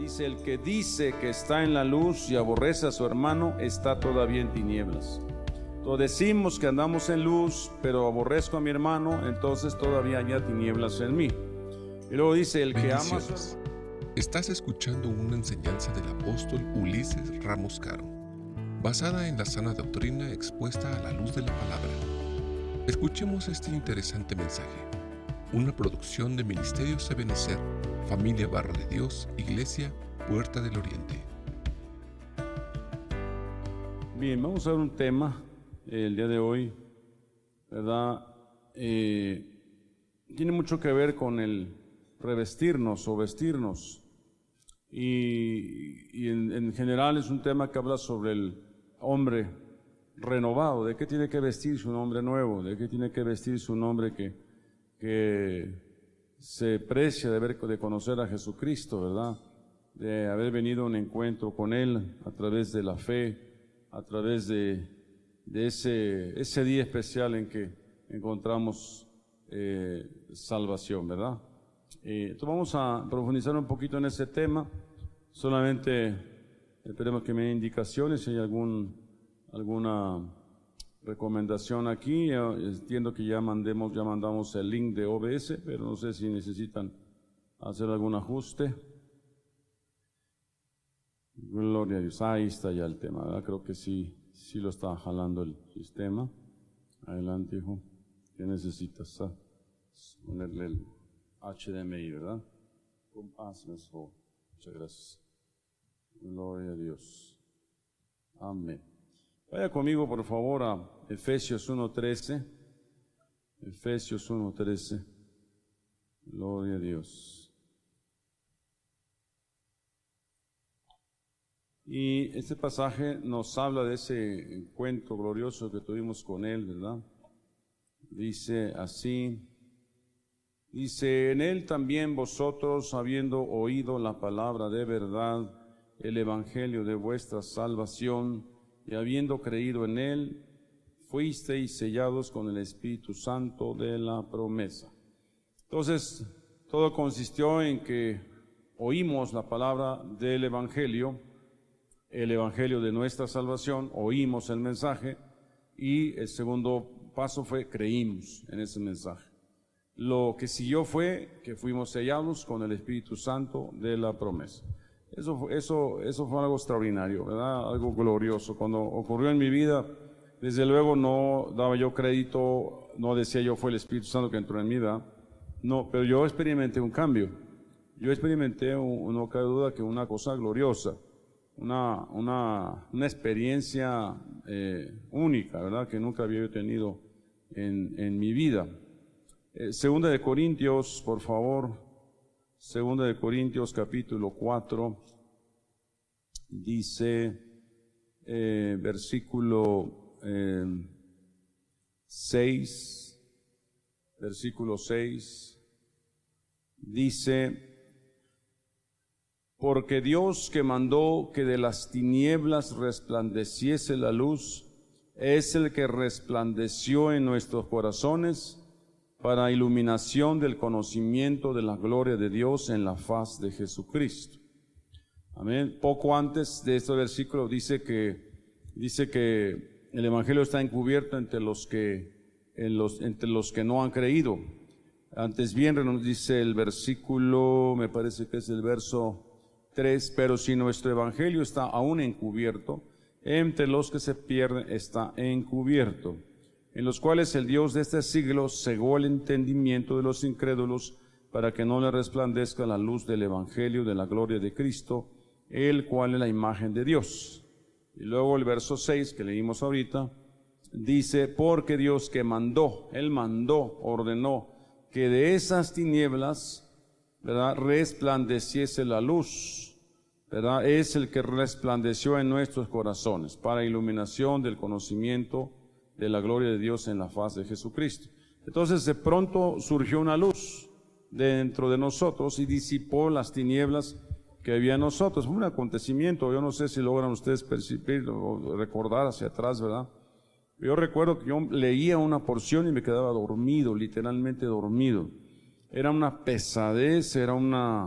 dice que está en la luz y aborrece a su hermano, está todavía en tinieblas. Entonces decimos que andamos en luz, pero aborrezco a mi hermano, entonces todavía hay tinieblas en mí. Y luego dice, el que ama a su hermano. Estás escuchando una enseñanza del apóstol Ulises Ramos Caro, basada en la sana doctrina expuesta a la luz de la palabra. Escuchemos este interesante mensaje, una producción de Ministerios Ebenezer, Familia Barro de Dios, Iglesia, Puerta del Oriente. Bien, vamos a ver un tema el día de hoy, ¿verdad? Tiene mucho que ver con el revestirnos o vestirnos. Y en general es un tema que habla sobre el hombre renovado. ¿De qué tiene que vestirse un hombre nuevo? ¿De qué tiene que vestirse un hombre que se precia de conocer a Jesucristo, ¿verdad? De haber venido a un encuentro con Él a través de la fe, a través de ese día especial en que encontramos salvación, ¿verdad? Entonces vamos a profundizar un poquito en ese tema. Solamente esperemos que me den indicaciones si hay alguna recomendación aquí. Entiendo que ya mandamos el link de OBS, pero no sé si necesitan hacer algún ajuste. Gloria a Dios. Ahí está ya el tema, ¿verdad? Creo que sí lo está jalando el sistema. Adelante, hijo. ¿Qué necesitas? Ponerle el HDMI, ¿verdad? Muchas gracias. Gloria a Dios. Amén. Vaya conmigo, por favor, a Efesios 1:13. Efesios 1:13. Gloria a Dios. Y este pasaje nos habla de ese encuentro glorioso que tuvimos con Él, ¿verdad? Dice así. Dice, en Él también vosotros, habiendo oído la palabra de verdad, el evangelio de vuestra salvación, y habiendo creído en Él, fuisteis sellados con el Espíritu Santo de la promesa. Entonces, todo consistió en que oímos la palabra del evangelio, el evangelio de nuestra salvación, oímos el mensaje, y el segundo paso fue creímos en ese mensaje. Lo que siguió fue que fuimos sellados con el Espíritu Santo de la promesa. Eso fue algo extraordinario, ¿verdad? Algo glorioso. Cuando ocurrió en mi vida, desde luego no daba yo crédito, no decía yo fue el Espíritu Santo que entró en mi vida. No, pero yo experimenté un cambio. Yo experimenté, no cabe duda, que una cosa gloriosa, una experiencia única, ¿verdad? Que nunca había tenido en mi vida. Segunda de Corintios, por favor. Segunda de Corintios, capítulo 4. Dice, versículo 6. Versículo 6. Dice, porque Dios que mandó que de las tinieblas resplandeciese la luz, es el que resplandeció en nuestros corazones para iluminación del conocimiento de la gloria de Dios en la faz de Jesucristo. Amén. Poco antes de este versículo dice que el evangelio está encubierto entre los que no han creído. Antes bien nos dice el versículo, me parece que es el verso 3, pero si nuestro evangelio está aún encubierto, entre los que se pierden está encubierto, en los cuales el Dios de este siglo cegó el entendimiento de los incrédulos para que no le resplandezca la luz del evangelio de la gloria de Cristo, el cual es la imagen de Dios. Y luego el verso 6 que leímos ahorita, dice, porque Dios que Él ordenó que de esas tinieblas, ¿verdad?, resplandeciese la luz, ¿verdad? Es el que resplandeció en nuestros corazones para iluminación del conocimiento de la gloria de Dios en la faz de Jesucristo. Entonces de pronto surgió una luz dentro de nosotros y disipó las tinieblas que había en nosotros. Fue un acontecimiento, yo no sé si logran ustedes percibir o recordar hacia atrás, ¿verdad? Yo recuerdo que yo leía una porción y me quedaba dormido, literalmente dormido. Era una pesadez, era una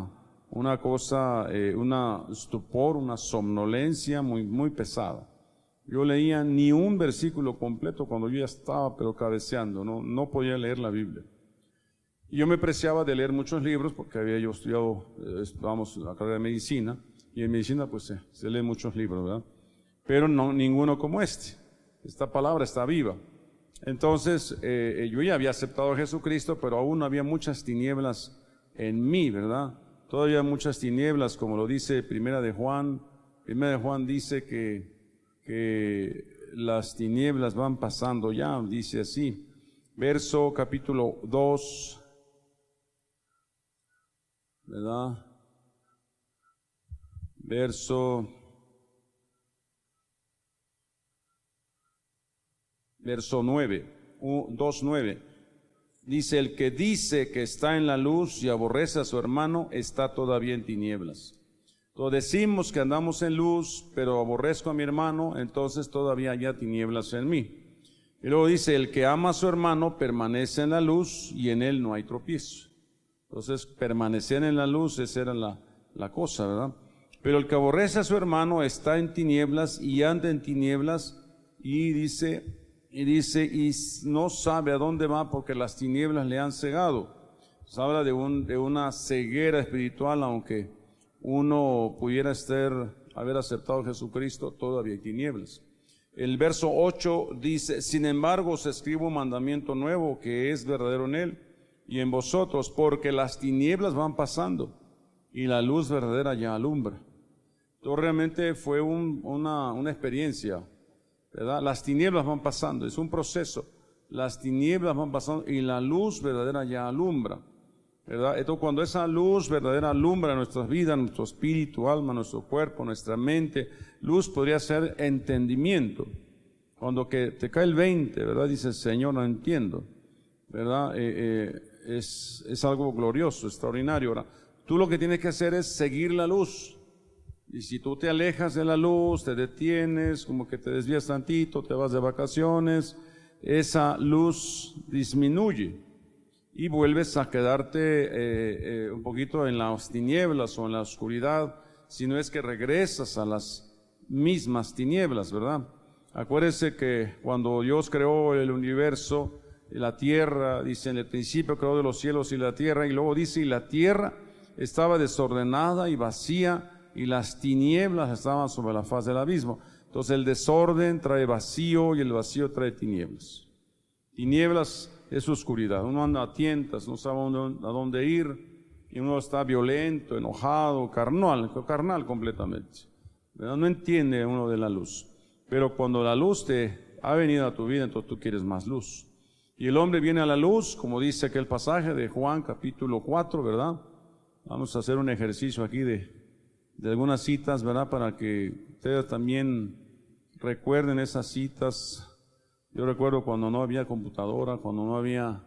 una cosa, una estupor, una somnolencia muy, muy pesada. Yo leía ni un versículo completo cuando yo ya estaba pero cabeceando, no podía leer la Biblia. Y yo me preciaba de leer muchos libros porque había yo estudiado, la carrera de medicina, y en medicina pues se lee muchos libros, ¿verdad? Pero no ninguno como este. Esta palabra está viva. Entonces, yo ya había aceptado a Jesucristo, pero aún había muchas tinieblas en mí, ¿verdad? Todavía muchas tinieblas, como lo dice Primera de Juan. Primera de Juan dice que las tinieblas van pasando ya, dice así. Verso capítulo 2, ¿verdad? Verso 9, 2:9. Dice, el que dice que está en la luz y aborrece a su hermano, está todavía en tinieblas. Entonces decimos que andamos en luz, pero aborrezco a mi hermano, entonces todavía hay tinieblas en mí. Y luego dice, el que ama a su hermano permanece en la luz y en él no hay tropiezo. Entonces, permanecer en la luz, esa era la cosa, ¿verdad? Pero el que aborrece a su hermano está en tinieblas y anda en tinieblas y dice, y no sabe a dónde va porque las tinieblas le han cegado. Se habla de una ceguera espiritual, aunque uno pudiera haber aceptado a Jesucristo, todavía hay tinieblas. El verso 8 dice, sin embargo os escribo un mandamiento nuevo que es verdadero en él y en vosotros, porque las tinieblas van pasando y la luz verdadera ya alumbra. Entonces realmente fue una experiencia, ¿verdad? Las tinieblas van pasando, es un proceso. Las tinieblas van pasando y la luz verdadera ya alumbra, ¿verdad? Entonces cuando esa luz verdadera alumbra nuestras vidas, nuestro espíritu, alma, nuestro cuerpo, nuestra mente, luz podría ser entendimiento. Cuando que te cae el 20, ¿verdad? Dices, Señor, no entiendo, ¿verdad? Es algo glorioso, extraordinario. Ahora, tú lo que tienes que hacer es seguir la luz. Y si tú te alejas de la luz, te detienes, como que te desvías tantito, te vas de vacaciones, esa luz disminuye y vuelves a quedarte un poquito en las tinieblas o en la oscuridad, si no es que regresas a las mismas tinieblas, ¿verdad? Acuérdense que cuando Dios creó el universo, la tierra, dice en el principio creó de los cielos y la tierra, y luego dice, y la tierra estaba desordenada y vacía, y las tinieblas estaban sobre la faz del abismo. Entonces el desorden trae vacío y el vacío trae tinieblas. Tinieblas es oscuridad, uno anda a tientas, no sabe a dónde ir, y uno está violento, enojado, carnal completamente, ¿verdad? No entiende uno de la luz. Pero cuando la luz te ha venido a tu vida, entonces tú quieres más luz. Y el hombre viene a la luz, como dice aquel pasaje de Juan capítulo 4, ¿verdad? Vamos a hacer un ejercicio aquí de algunas citas, ¿verdad? Para que ustedes también recuerden esas citas. Yo recuerdo cuando no había computadora, cuando no había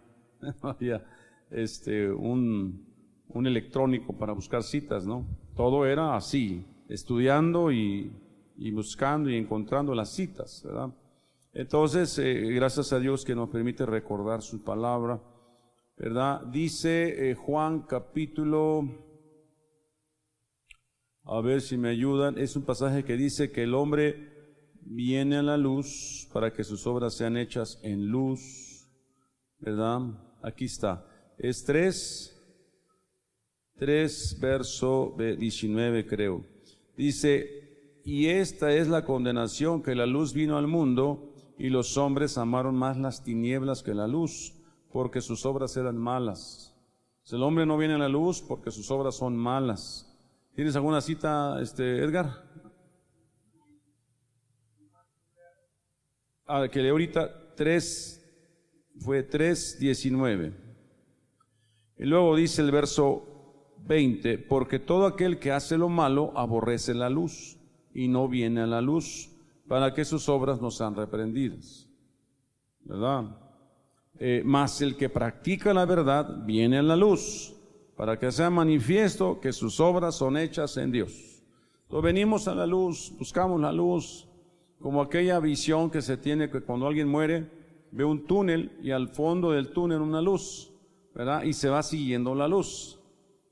un electrónico para buscar citas, ¿no? Todo era así, estudiando y buscando y encontrando las citas, ¿verdad? Entonces, gracias a Dios que nos permite recordar su palabra, ¿verdad? Dice Juan capítulo, a ver si me ayudan, es un pasaje que dice que el hombre viene a la luz para que sus obras sean hechas en luz, ¿verdad? Aquí está, es 3 verso 19 creo. Dice, y esta es la condenación, que la luz vino al mundo y los hombres amaron más las tinieblas que la luz, porque sus obras eran malas. El hombre no viene a la luz porque sus obras son malas. ¿Tienes alguna cita, Edgar? Que leí ahorita, 3:19. Y luego dice el verso 20, porque todo aquel que hace lo malo aborrece la luz y no viene a la luz, para que sus obras no sean reprendidas, ¿verdad? Mas el que practica la verdad viene a la luz, para que sea manifiesto que sus obras son hechas en Dios. Entonces venimos a la luz, buscamos la luz, como aquella visión que se tiene que cuando alguien muere, ve un túnel y al fondo del túnel una luz, ¿verdad? Y se va siguiendo la luz.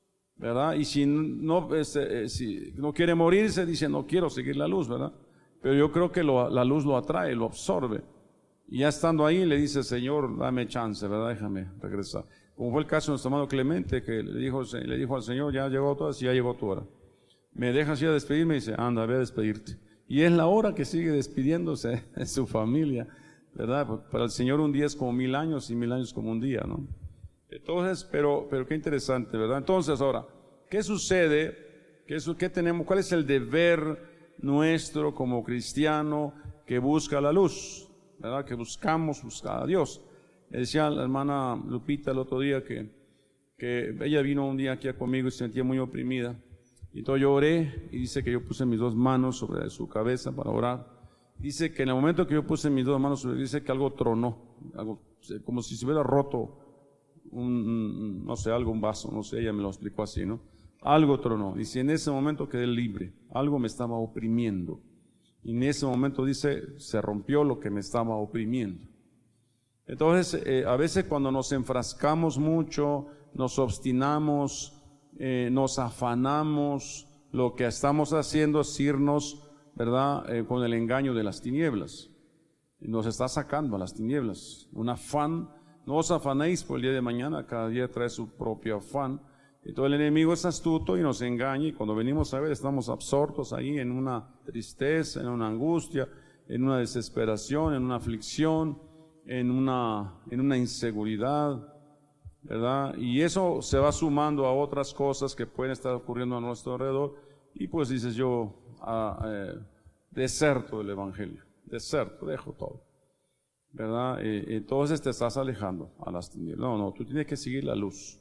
¿verdad? Y si no quiere morirse, dice, no quiero seguir la luz, ¿verdad? Pero yo creo que la luz lo atrae, lo absorbe. Y ya estando ahí le dice, Señor, dame chance, ¿verdad? Déjame regresar. Como fue el caso de nuestro hermano Clemente, que le dijo al Señor, ya llegó tu hora, sí, ya llegó tu hora. Me dejas ir a despedirme y dice, anda, ve a despedirte. Y es la hora que sigue despidiéndose de su familia, ¿verdad? Para el Señor un día es como 1000 años y 1000 años como un día, ¿no? Entonces, pero qué interesante, ¿verdad? Entonces, ahora, ¿qué sucede? ¿Qué tenemos? ¿Cuál es el deber nuestro como cristiano que busca la luz? ¿Verdad? Que buscar a Dios. Decía la hermana Lupita el otro día que ella vino un día aquí conmigo y se sentía muy oprimida. Y entonces yo oré y dice que yo puse mis 2 manos sobre su cabeza para orar. Dice que en el momento que yo puse mis 2 manos sobre, dice que algo tronó, algo como si se hubiera roto un vaso, no sé, ella me lo explicó así, ¿no? Algo tronó. Dice, en ese momento quedé libre, algo me estaba oprimiendo. Y en ese momento, dice, se rompió lo que me estaba oprimiendo. Entonces, a veces cuando nos enfrascamos mucho, nos obstinamos, nos afanamos, lo que estamos haciendo es irnos, ¿verdad?, con el engaño de las tinieblas. Y nos está sacando a las tinieblas. Un afán, no os afanéis por el día de mañana, cada día trae su propio afán. Y todo el enemigo es astuto y nos engaña, y cuando venimos a ver estamos absortos ahí en una tristeza, en una angustia, en una desesperación, en una aflicción, en una inseguridad, ¿verdad? Y eso se va sumando a otras cosas que pueden estar ocurriendo a nuestro alrededor, y pues dices yo, deserto del Evangelio, dejo todo, ¿verdad? Entonces te estás alejando a las tinieblas. No, tú tienes que seguir la luz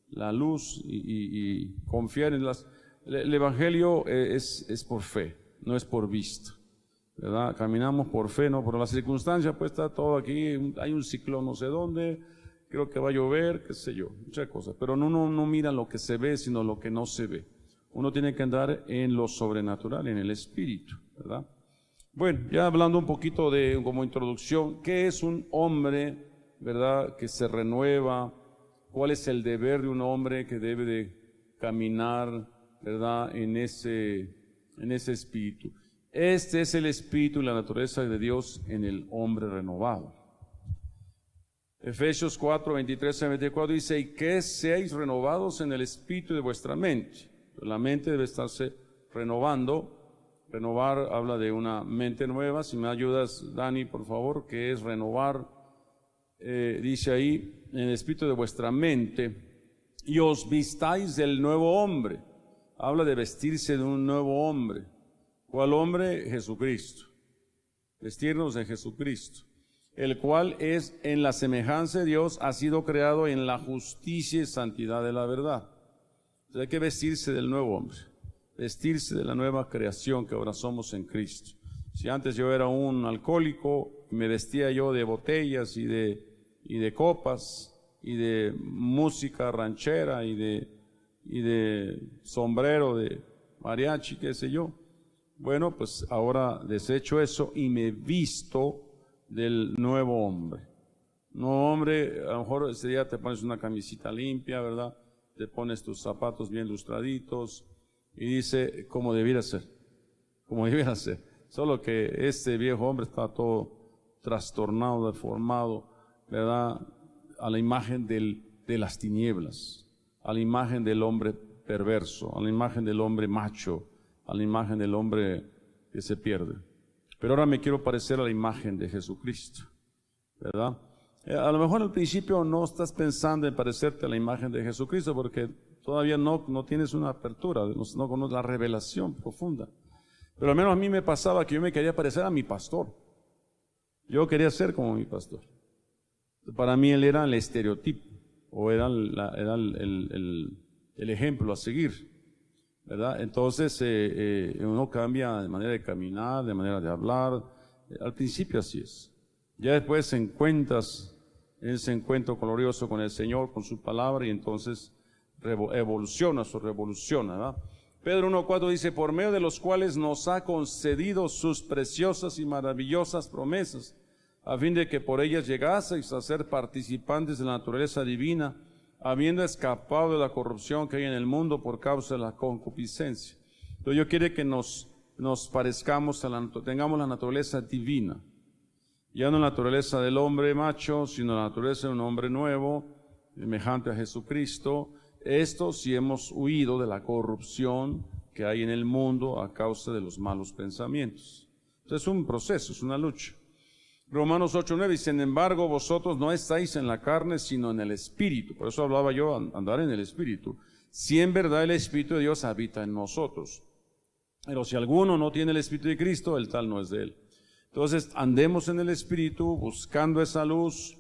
y confiar en las... El Evangelio es por fe, no es por vista, ¿verdad? Caminamos por fe, no por las circunstancias, pues está todo aquí, hay un ciclón no sé dónde, creo que va a llover, qué sé yo, muchas cosas, pero uno no mira lo que se ve, sino lo que no se ve. Uno tiene que andar en lo sobrenatural, en el Espíritu, ¿verdad? Bueno, ya hablando un poquito como introducción, ¿qué es un hombre, verdad, que se renueva? ¿Cuál es el deber de un hombre que debe de caminar, verdad, en ese espíritu? Este es el espíritu y la naturaleza de Dios en el hombre renovado. Efesios 4, 23 a 24 dice, y que seáis renovados en el espíritu de vuestra mente. La mente debe estarse renovando. Renovar habla de una mente nueva. Si me ayudas, Dani, por favor, ¿qué es renovar? Dice ahí, en el espíritu de vuestra mente, y os vistáis del nuevo hombre. Habla de vestirse de un nuevo hombre. ¿Cuál hombre? Jesucristo. Vestirnos de Jesucristo, el cual es en la semejanza de Dios, ha sido creado en la justicia y santidad de la verdad. Entonces hay que vestirse del nuevo hombre, vestirse de la nueva creación que ahora somos en Cristo. Si antes yo era un alcohólico, me vestía yo de botellas y de copas y de música ranchera y de sombrero de mariachi, qué sé yo. Bueno, pues ahora desecho eso y me visto del nuevo hombre. Nuevo hombre, a lo mejor ese día te pones una camisita limpia, ¿verdad? Te pones tus zapatos bien lustraditos y dice, como debiera ser. Solo que este viejo hombre está todo trastornado, deformado, ¿verdad? A la imagen de las tinieblas, a la imagen del hombre perverso, a la imagen del hombre macho, a la imagen del hombre que se pierde. Pero ahora me quiero parecer a la imagen de Jesucristo, ¿verdad? A lo mejor al principio no estás pensando en parecerte a la imagen de Jesucristo porque todavía no tienes una apertura, no conoces la revelación profunda. Pero al menos a mí me pasaba que yo me quería parecer a mi pastor. Yo quería ser como mi pastor. Para mí él era el estereotipo o era el ejemplo a seguir, ¿verdad? Entonces uno cambia de manera de caminar, de manera de hablar. Al principio así es. Ya después encuentras ese encuentro glorioso con el Señor, con su palabra, y entonces revoluciona, ¿verdad? Pedro 1:4 dice, por medio de los cuales nos ha concedido sus preciosas y maravillosas promesas, a fin de que por ellas llegaseis a ser participantes de la naturaleza divina, habiendo escapado de la corrupción que hay en el mundo por causa de la concupiscencia. Entonces Dios quiere que nos parezcamos, tengamos la naturaleza divina. Ya no la naturaleza del hombre macho, sino la naturaleza de un hombre nuevo, semejante a Jesucristo. Esto si hemos huido de la corrupción que hay en el mundo a causa de los malos pensamientos. Entonces es un proceso, es una lucha. Romanos 8:9 dice, sin embargo, vosotros no estáis en la carne, sino en el Espíritu. Por eso hablaba yo, andar en el Espíritu. Si en verdad el Espíritu de Dios habita en nosotros. Pero si alguno no tiene el Espíritu de Cristo, el tal no es de él. Entonces, andemos en el Espíritu, buscando esa luz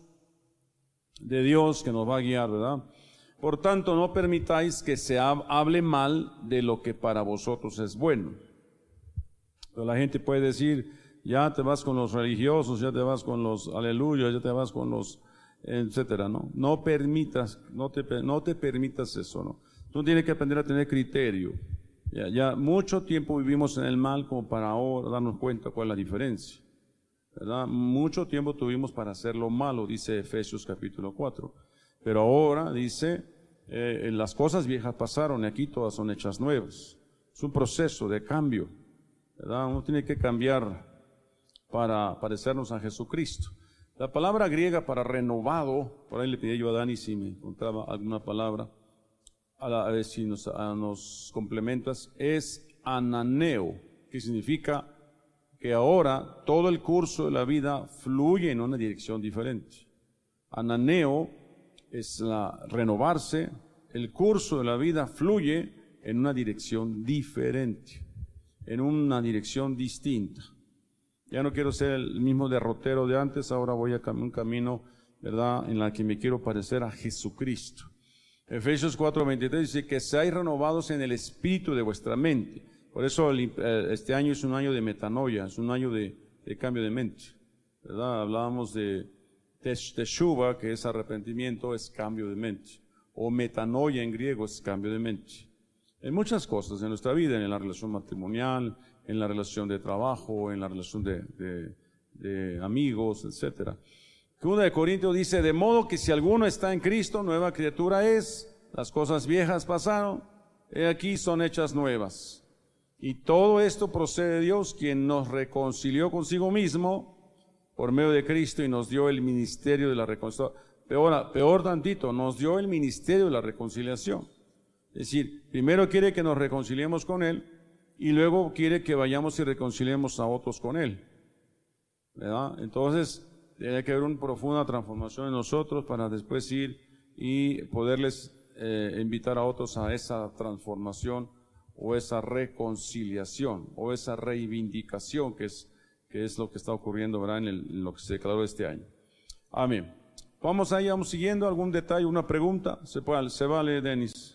de Dios que nos va a guiar, ¿verdad? Por tanto, no permitáis que se hable mal de lo que para vosotros es bueno. Pero la gente puede decir, ya te vas con los religiosos, ya te vas con los aleluyas, ya te vas con los, etcétera, ¿no? No te permitas eso, ¿no? Tú tienes que aprender a tener criterio. Ya mucho tiempo vivimos en el mal como para ahora darnos cuenta cuál es la diferencia, ¿verdad? Mucho tiempo tuvimos para hacer lo malo, dice Efesios capítulo 4. Pero ahora dice, las cosas viejas pasaron y aquí todas son hechas nuevas. Es un proceso de cambio, ¿verdad? Uno tiene que cambiar para parecernos a Jesucristo. La palabra griega para renovado, por ahí le pedí yo a Dani si me encontraba alguna palabra, a ver si nos complementas, es ananeo, que significa que ahora todo el curso de la vida fluye en una dirección diferente. Ananeo es renovarse, el curso de la vida fluye en una dirección diferente, en una dirección distinta. Ya no quiero ser el mismo derrotero de antes, ahora voy a un camino, ¿verdad?, en la que me quiero parecer a Jesucristo. Efesios 4:23 dice que seáis renovados en el espíritu de vuestra mente. Por eso este año es un año de metanoia, es un año de cambio de mente, ¿verdad? Hablábamos de teshuva, que es arrepentimiento, es cambio de mente. O metanoia en griego es cambio de mente. En muchas cosas en nuestra vida, en la relación matrimonial, en la relación de trabajo, en la relación de amigos, etcétera. 2 Corintios dice, de modo que si alguno está en Cristo, nueva criatura es, las cosas viejas pasaron, he aquí son hechas nuevas. Y todo esto procede de Dios, quien nos reconcilió consigo mismo por medio de Cristo y nos dio el ministerio de la reconciliación. Peor tantito, nos dio el ministerio de la reconciliación. Es decir, primero quiere que nos reconciliemos con Él y luego quiere que vayamos y reconciliemos a otros con Él, ¿verdad? Entonces, tiene que haber una profunda transformación en nosotros para después ir y poderles invitar a otros a esa transformación o esa reconciliación o esa reivindicación que es lo que está ocurriendo, ¿verdad?, en lo que se declaró este año. Amén. Vamos siguiendo. ¿Algún detalle, una pregunta? Se vale, Denis.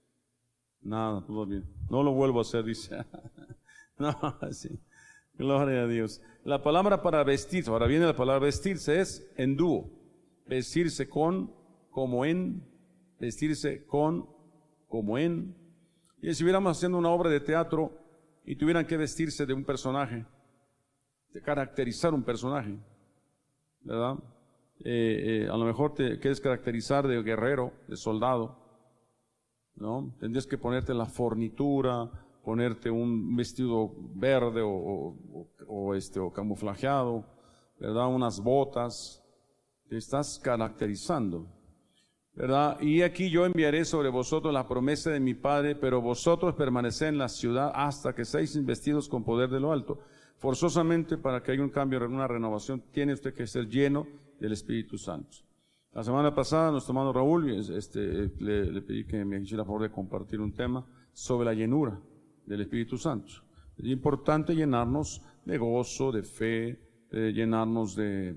Nada, todo bien. No lo vuelvo a hacer, dice. No, sí. Gloria a Dios. La palabra para vestirse, ahora viene la palabra vestirse, es en dúo. Vestirse con, como en, vestirse con, como en. Y si estuviéramos haciendo una obra de teatro y tuvieran que vestirse de un personaje, de caracterizar un personaje, ¿verdad? A lo mejor te quieres caracterizar de guerrero, de soldado, ¿no? Tendrías que ponerte la fornitura, ponerte un vestido verde o camuflajeado, ¿verdad? Unas botas, te estás caracterizando, ¿verdad? Y aquí yo enviaré sobre vosotros la promesa de mi Padre, pero vosotros permaneced en la ciudad hasta que seáis investidos con poder de lo alto. Forzosamente, para que haya un cambio, una renovación, tiene usted que ser lleno del Espíritu Santo. La semana pasada, nuestro hermano Raúl, le pedí que me hiciera favor de compartir un tema sobre la llenura del Espíritu Santo. Es importante llenarnos de gozo, de fe, llenarnos de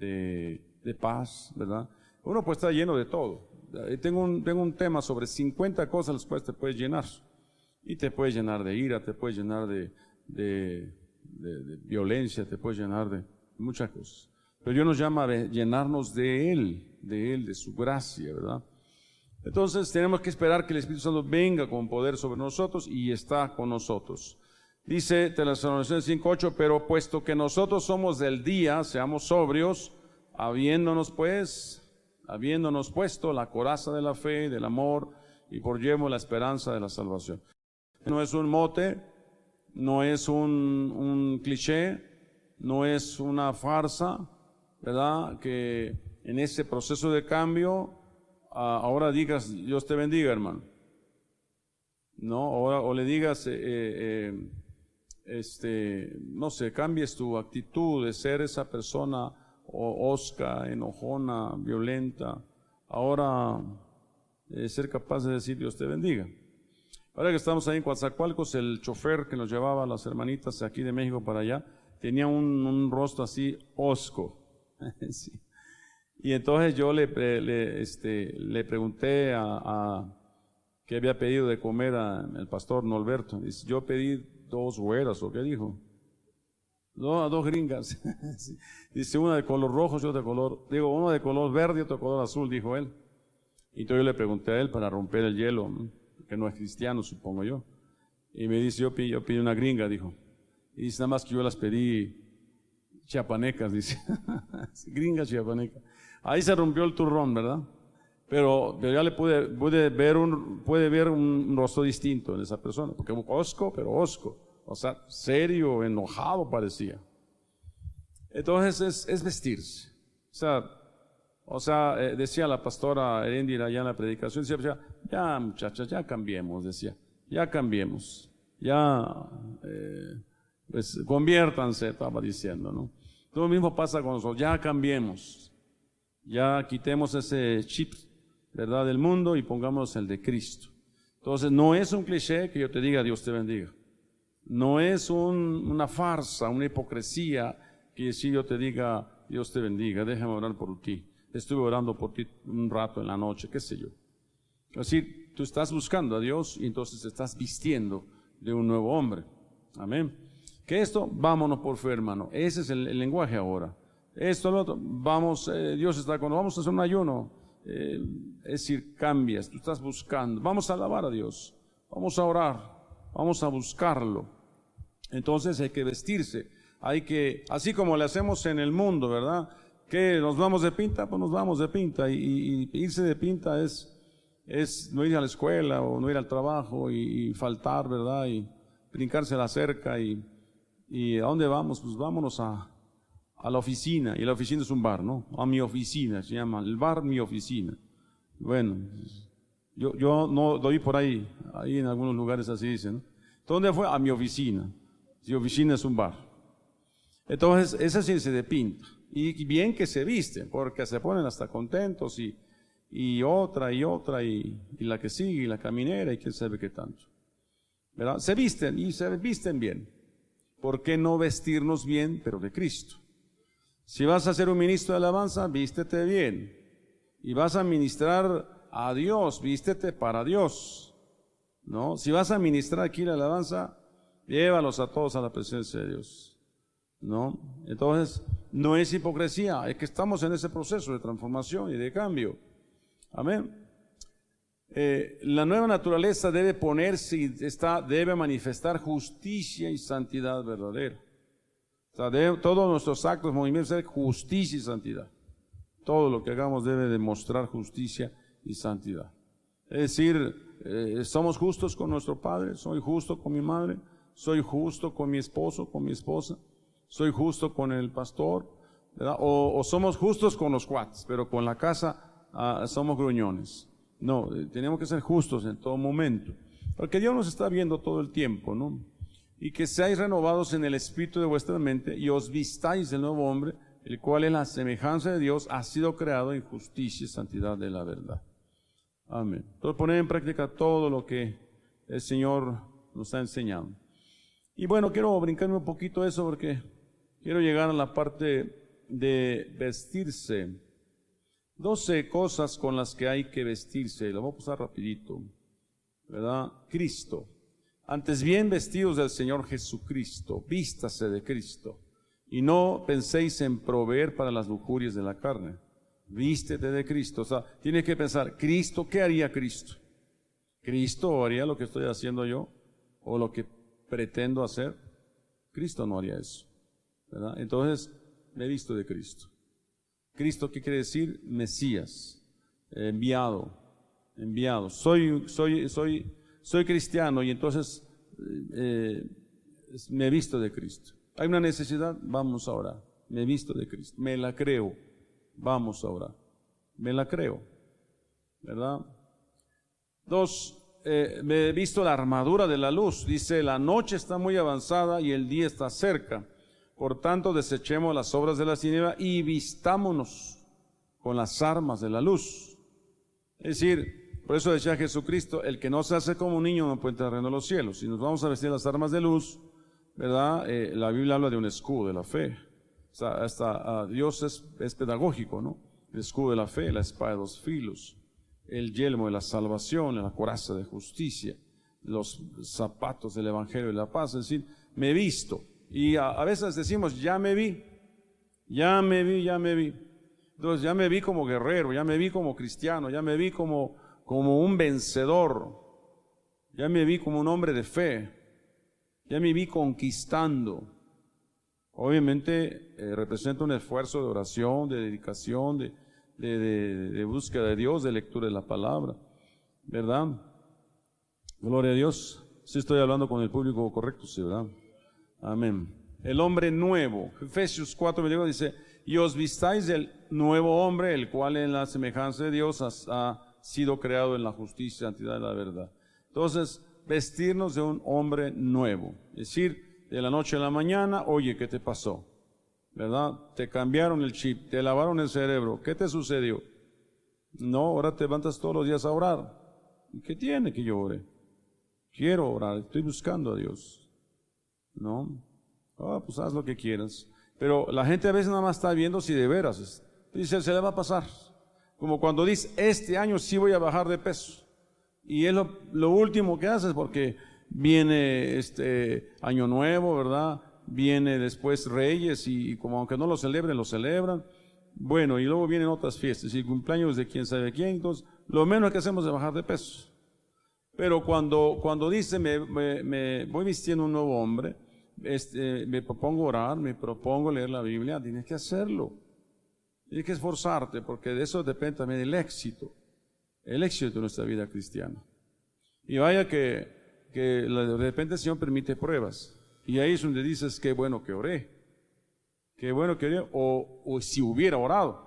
paz, ¿verdad? Uno puede estar lleno de todo. Tengo un tema sobre 50 cosas las cuales te puedes llenar. Y te puedes llenar de ira, te puedes llenar de violencia, te puedes llenar de muchas cosas. Pero Dios nos llama a llenarnos de Él, de su gracia, ¿verdad? Entonces tenemos que esperar que el Espíritu Santo venga con poder sobre nosotros y está con nosotros. Dice Tesalonicenses 5:8, pero puesto que nosotros somos del día, seamos sobrios, habiéndonos pues habiéndonos puesto la coraza de la fe, del amor, y por yelmo la esperanza de la salvación. No es un mote, no es un cliché, no es una farsa, ¿verdad? Que en ese proceso de cambio, ahora digas, Dios te bendiga, hermano. No, ahora, o le digas, no sé, cambies tu actitud de ser esa persona hosca, enojona, violenta. Ahora, ser capaz de decir Dios te bendiga. Ahora que estamos ahí en Coatzacoalcos, el chofer que nos llevaba a las hermanitas aquí de México para allá, tenía un rostro así hosco. Sí. Y entonces yo le pregunté qué había pedido de comer al pastor Norberto. Dice, yo pedí 2 güeras, ¿o qué dijo? No, 2 gringas. Sí. Dice, una de color rojo y otra de color, uno de color verde y otro de color azul, dijo él. Y entonces yo le pregunté a él para romper el hielo, que no es cristiano, supongo yo. Y me dice, yo pedí una gringa, dijo. Y dice, nada más que yo las pedí chiapanecas, dice. Gringas chiapanecas. Ahí se rompió el turrón, ¿verdad? Pero ya le pude ver un rostro distinto en esa persona, porque hosco, pero hosco. O sea, serio, enojado parecía. Entonces es vestirse. O sea, decía la pastora Erendira allá en la predicación, decía, ya muchachas, ya cambiemos, decía, ya cambiemos, pues conviértanse, estaba diciendo, ¿no? Lo mismo pasa con nosotros, ya cambiemos, ya quitemos ese chip, ¿verdad?, del mundo y pongamos el de Cristo. Entonces, no es un cliché que yo te diga Dios te bendiga, no es una farsa, una hipocresía que si yo te diga Dios te bendiga, déjame orar por ti. Estuve orando por ti un rato en la noche, qué sé yo. Es decir, tú estás buscando a Dios y entonces te estás vistiendo de un nuevo hombre. Amén. Que esto, vámonos por fe, hermano. Ese es el lenguaje ahora. Esto, lo otro, vamos, Dios está con nosotros, vamos a hacer un ayuno. Es decir, cambias, tú estás buscando. Vamos a alabar a Dios, vamos a orar, vamos a buscarlo. Entonces hay que vestirse, así como le hacemos en el mundo, ¿verdad? ¿Qué? ¿Nos vamos de pinta? Pues nos vamos de pinta. Y irse de pinta es no ir a la escuela o no ir al trabajo y faltar, ¿verdad? Y brincarse la cerca. ¿Y a dónde vamos? Pues vámonos a la oficina. Y la oficina es un bar, ¿no? A mi oficina, se llama el bar mi oficina. Bueno, yo no doy por ahí en algunos lugares así dicen, ¿no? ¿Dónde fue? A mi oficina. Mi oficina es un bar. Entonces, es así se de pinta. Y bien que se visten, porque se ponen hasta contentos y otra y la que sigue y la caminera y quién sabe qué tanto. ¿Verdad? Se visten y se visten bien. ¿Por qué no vestirnos bien, pero de Cristo? Si vas a ser un ministro de alabanza, vístete bien. Y vas a ministrar a Dios, vístete para Dios. ¿No? Si vas a ministrar aquí la alabanza, llévalos a todos a la presencia de Dios. ¿No? Entonces, no es hipocresía, es que estamos en ese proceso de transformación y de cambio. Amén. La nueva naturaleza debe ponerse y debe manifestar justicia y santidad verdadera. O sea, todos nuestros actos, movimientos, deben ser justicia y santidad. Todo lo que hagamos debe demostrar justicia y santidad. Es decir, somos justos con nuestro padre, soy justo con mi madre, soy justo con mi esposo, con mi esposa. Soy justo con el pastor, ¿verdad? O somos justos con los cuates, pero con la casa somos gruñones. No, tenemos que ser justos en todo momento, porque Dios nos está viendo todo el tiempo, ¿no? Y que seáis renovados en el espíritu de vuestra mente y os vistáis del nuevo hombre, el cual en la semejanza de Dios ha sido creado en justicia y santidad de la verdad. Amén. Entonces poner en práctica todo lo que el Señor nos ha enseñado. Y bueno, quiero brincarme un poquito eso porque quiero llegar a la parte de vestirse. 12 cosas con las que hay que vestirse. Lo voy a pasar rapidito, ¿verdad? Cristo. Antes bien vestidos del Señor Jesucristo, vístase de Cristo. Y no penséis en proveer para las lujurias de la carne. Vístete de Cristo. O sea, tienes que pensar, Cristo, ¿qué haría Cristo? ¿Cristo haría lo que estoy haciendo yo? ¿O lo que pretendo hacer? Cristo no haría eso, ¿verdad? Entonces, me he visto de Cristo. ¿Cristo qué quiere decir? Mesías. enviado. Soy cristiano y entonces me he visto de Cristo. Hay una necesidad, vamos a orar. Me he visto de Cristo, me la creo, vamos a orar. Me la creo, ¿verdad? 2, me he visto la armadura de la luz. Dice, la noche está muy avanzada y el día está cerca. Por tanto, desechemos las obras de la tiniebla y vistámonos con las armas de la luz. Es decir, por eso decía Jesucristo, el que no se hace como un niño no puede entrar al reino de los cielos. Si nos vamos a vestir las armas de luz, ¿verdad? La Biblia habla de un escudo de la fe. O sea, hasta Dios es pedagógico, ¿no? El escudo de la fe, la espada de 2 filos, el yelmo de la salvación, la coraza de justicia, los zapatos del evangelio de la paz. Es decir, me he visto. Y a veces decimos, ya me vi. Entonces ya me vi como guerrero, ya me vi como cristiano, ya me vi como un vencedor, ya me vi como un hombre de fe, ya me vi conquistando. Obviamente representa un esfuerzo de oración, de dedicación, de búsqueda de Dios, de lectura de la palabra, ¿verdad? Gloria a Dios. Sí estoy hablando con el público correcto, sí, ¿verdad? Amén. El hombre nuevo. Efesios 4:22 dice, y os vistáis del nuevo hombre, el cual en la semejanza de Dios ha sido creado en la justicia, santidad y la verdad. Entonces, vestirnos de un hombre nuevo. Es decir, de la noche a la mañana, oye, ¿qué te pasó? ¿Verdad? Te cambiaron el chip, te lavaron el cerebro. ¿Qué te sucedió? No, ahora te levantas todos los días a orar. ¿Y qué tiene que yo ore? Quiero orar, estoy buscando a Dios. ¿No? Pues haz lo que quieras. Pero la gente a veces nada más está viendo si de veras. Dice, se le va a pasar. Como cuando dice, este año sí voy a bajar de peso. Y es lo último que haces porque viene año nuevo, ¿verdad? Viene después Reyes y como aunque no lo celebran. Bueno, y luego vienen otras fiestas y cumpleaños de quién sabe quién. Entonces, lo menos que hacemos es bajar de peso. Pero cuando dice, me voy vistiendo un nuevo hombre, me propongo orar, me propongo leer la Biblia, tienes que hacerlo. Tienes que esforzarte, porque de eso depende también el éxito de nuestra vida cristiana. Y vaya que de repente el Señor permite pruebas. Y ahí es donde dices, qué bueno que oré. Qué bueno que oré, o si hubiera orado.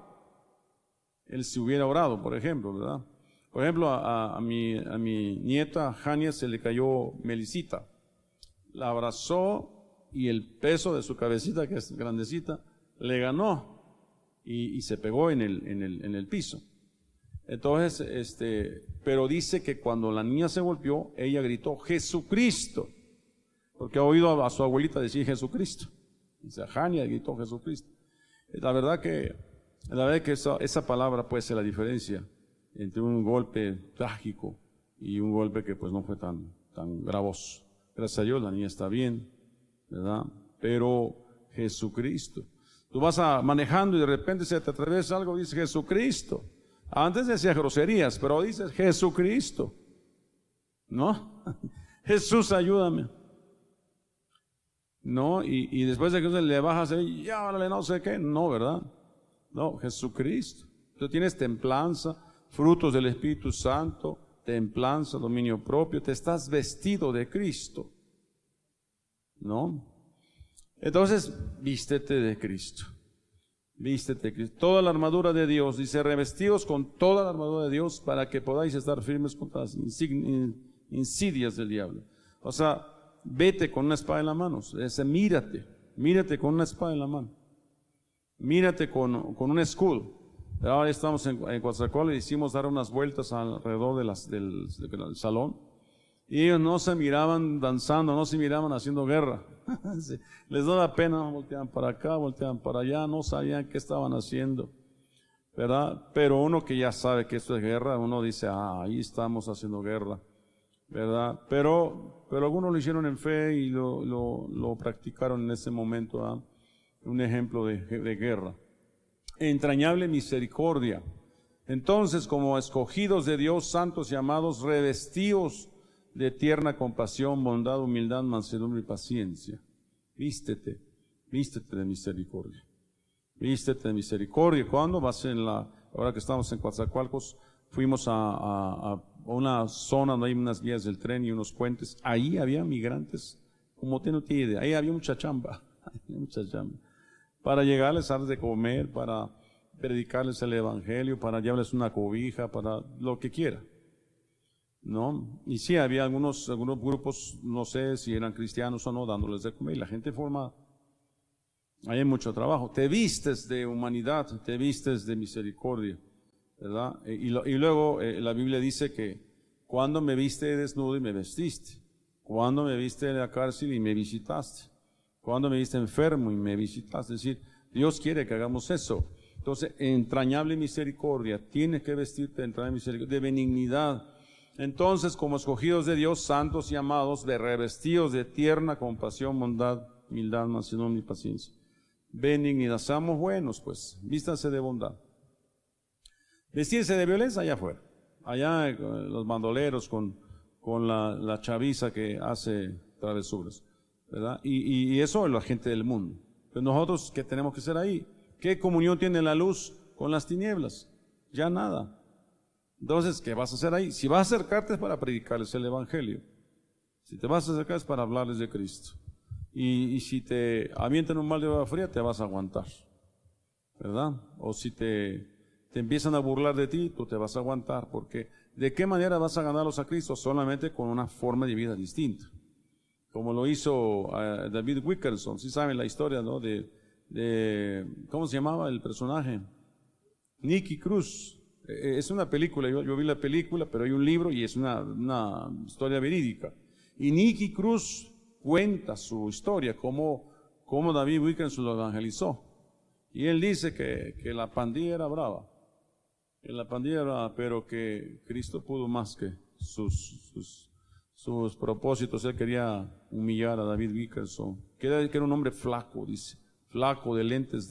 Él si hubiera orado, por ejemplo, ¿verdad? Por ejemplo, a mi nieta Jania se le cayó Melisita. La abrazó y el peso de su cabecita, que es grandecita, le ganó y se pegó en el piso. Entonces, pero dice que cuando la niña se golpeó, ella gritó, Jesucristo, porque ha oído a su abuelita decir Jesucristo. Dice, Jania gritó Jesucristo. La verdad que esa palabra puede ser la diferencia entre un golpe trágico y un golpe que pues no fue tan gravoso. Gracias a Dios la niña está bien, ¿verdad? Pero Jesucristo. Tú vas manejando y de repente se te atraviesa algo y dices Jesucristo. Antes decías groserías, pero dices Jesucristo. ¿No? Jesús, ayúdame. ¿No? Y después de que le bajas y órale, no sé qué. No, ¿verdad? No, Jesucristo. Tú tienes templanza, frutos del Espíritu Santo, templanza, dominio propio, te estás vestido de Cristo, ¿no? Entonces, vístete de Cristo, vístete de Cristo. Toda la armadura de Dios, dice, revestidos con toda la armadura de Dios para que podáis estar firmes contra las insidias del diablo. O sea, vete con una espada en la mano, mírate con una espada en la mano, mírate con un escudo. Ahora estamos en Coatzacoalcos y hicimos dar unas vueltas alrededor del salón y ellos no se miraban danzando, no se miraban haciendo guerra. Les daba pena, volteaban para acá, volteaban para allá, no sabían qué estaban haciendo, ¿verdad? Pero uno que ya sabe que esto es guerra, uno dice, ahí estamos haciendo guerra, ¿verdad? Pero algunos lo hicieron en fe y lo practicaron en ese momento, ¿verdad? Un ejemplo de guerra. Entrañable misericordia. Entonces, como escogidos de Dios, santos y amados, revestidos de tierna compasión, bondad, humildad, mansedumbre y paciencia. Vístete de misericordia. Vístete de misericordia. ¿Cuándo? Ahora que estamos en Coatzacoalcos, fuimos a una zona donde hay unas vías del tren y unos puentes. Ahí había migrantes, como usted no tiene idea. Ahí había mucha chamba, mucha chamba. Para llegarles a darles de comer, para predicarles el evangelio, para llevarles una cobija, para lo que quiera, ¿no? Y sí, había algunos grupos, no sé si eran cristianos o no, dándoles de comer, y la gente forma, ahí hay mucho trabajo. Te vistes de humanidad, te vistes de misericordia, ¿verdad? Y luego la Biblia dice que cuando me viste desnudo y me vestiste, cuando me viste en la cárcel y me visitaste, cuando me viste enfermo y me visitaste. Es decir, Dios quiere que hagamos eso. Entonces, entrañable misericordia, tienes que vestirte de entrañable misericordia, de benignidad. Entonces, como escogidos de Dios, santos y amados, de revestidos de tierna compasión, bondad, humildad, mansedumbre y paciencia. Benignidad, seamos buenos, pues, vístanse de bondad. Vestirse de violencia allá afuera, allá los bandoleros con la chaviza que hace travesuras, ¿verdad? Y eso es la gente del mundo. Pero nosotros, ¿qué tenemos que hacer ahí? ¿Qué comunión tiene la luz con las tinieblas? Ya nada. Entonces, ¿qué vas a hacer ahí? Si vas a acercarte es para predicarles el evangelio. Si te vas a acercar es para hablarles de Cristo. Y si te avientan un mal de agua fría, te vas a aguantar, ¿verdad? O si te empiezan a burlar de ti, tú te vas a aguantar, porque ¿de qué manera vas a ganarlos a Cristo? Solamente con una forma de vida distinta. Como lo hizo David Wilkerson. Sí saben la historia, ¿no? ¿Cómo se llamaba el personaje? Nicky Cruz. Es una película, yo vi la película, pero hay un libro y es una historia verídica. Y Nicky Cruz cuenta su historia, cómo David Wilkerson lo evangelizó. Y él dice que la pandilla era brava, pero que Cristo pudo más que sus propósitos. Él quería humillar a David Wilkerson, que era un hombre flaco, dice, flaco, de lentes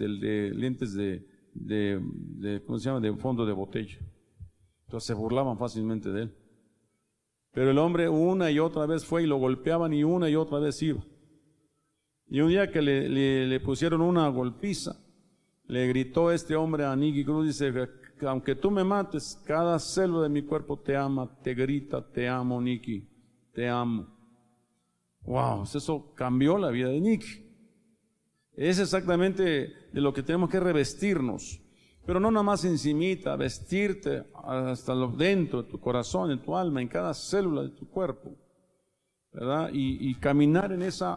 ¿cómo se llama?, de fondo de botella. Entonces se burlaban fácilmente de él. Pero el hombre una y otra vez fue y lo golpeaban y una y otra vez iba. Y un día que le pusieron una golpiza, le gritó este hombre a Nicky Cruz, dice, que aunque tú me mates, cada célula de mi cuerpo te ama, te grita, te amo, Nicky, te amo. Wow, eso cambió la vida de Nicky. Es exactamente de lo que tenemos que revestirnos, pero no nada más encimita, vestirte hasta dentro de tu corazón, en tu alma, en cada célula de tu cuerpo, ¿verdad? Y caminar en esa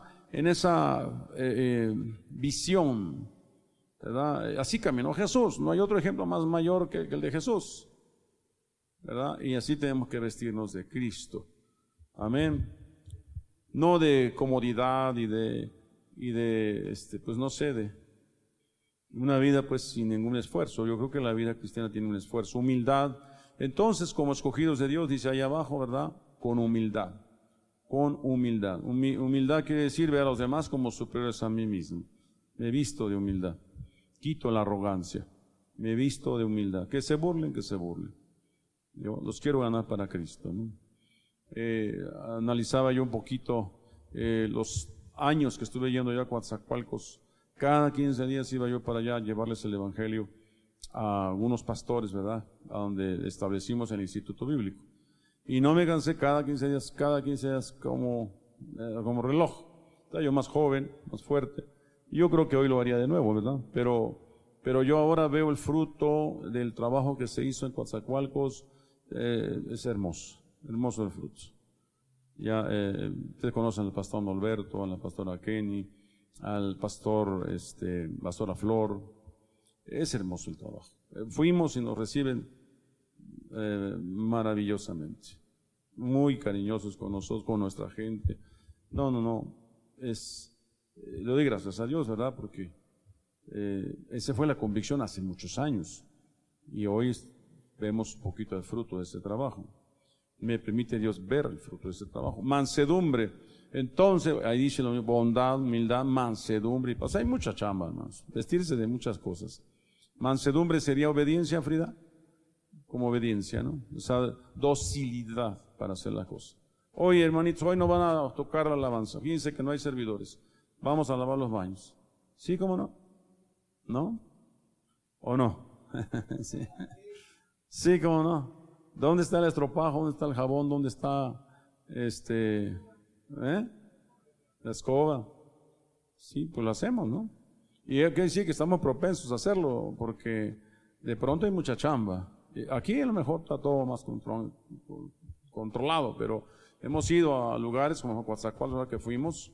visión, ¿verdad? Así caminó Jesús, no hay otro ejemplo más mayor que el de Jesús, ¿verdad? Y así tenemos que vestirnos de Cristo, amén. No de comodidad y de pues no sé, de una vida pues sin ningún esfuerzo. Yo creo que la vida cristiana tiene un esfuerzo, humildad. Entonces, como escogidos de Dios, dice ahí abajo, ¿verdad? Con humildad, con humildad. Humildad quiere decir ver a los demás como superiores a mí mismo. Me visto de humildad, quito la arrogancia, me visto de humildad. Que se burlen, que se burlen. Yo los quiero ganar para Cristo, ¿no? Analizaba yo un poquito los años que estuve yendo yo a Coatzacoalcos. Cada 15 días iba yo para allá a llevarles el evangelio a algunos pastores, ¿verdad? A donde establecimos el instituto bíblico. Y no me cansé cada 15 días como reloj. Estaba yo más joven, más fuerte. Y yo creo que hoy lo haría de nuevo, ¿verdad? Pero yo ahora veo el fruto del trabajo que se hizo en Coatzacoalcos. Es hermoso el fruto. Ya ustedes conocen al pastor Norberto, a la pastora Kenny, al pastora Flor. Es hermoso el trabajo. Fuimos y nos reciben maravillosamente, muy cariñosos con nosotros, con nuestra gente. No, le doy gracias a Dios, ¿verdad? Porque esa fue la convicción hace muchos años y hoy vemos un poquito el fruto de ese trabajo. Me permite Dios ver el fruto de ese trabajo. Mansedumbre. Entonces, ahí dice lo mismo, bondad, humildad, mansedumbre. Hay mucha chamba, hermanos. Vestirse de muchas cosas. Mansedumbre sería obediencia, Frida. Como obediencia, ¿no? Esa docilidad para hacer las cosas. Oye, hermanitos, hoy no van a tocar la alabanza. Fíjense que no hay servidores. Vamos a lavar los baños. ¿Sí, cómo no? ¿No? ¿O no? Sí. Sí, cómo no. ¿Dónde está el estropajo? ¿Dónde está el jabón? ¿Dónde está la escoba? Sí, pues lo hacemos, ¿no? Y hay que decir que estamos propensos a hacerlo, porque de pronto hay mucha chamba. Aquí a lo mejor está todo más controlado, pero hemos ido a lugares como Coatzacoalcos, que fuimos,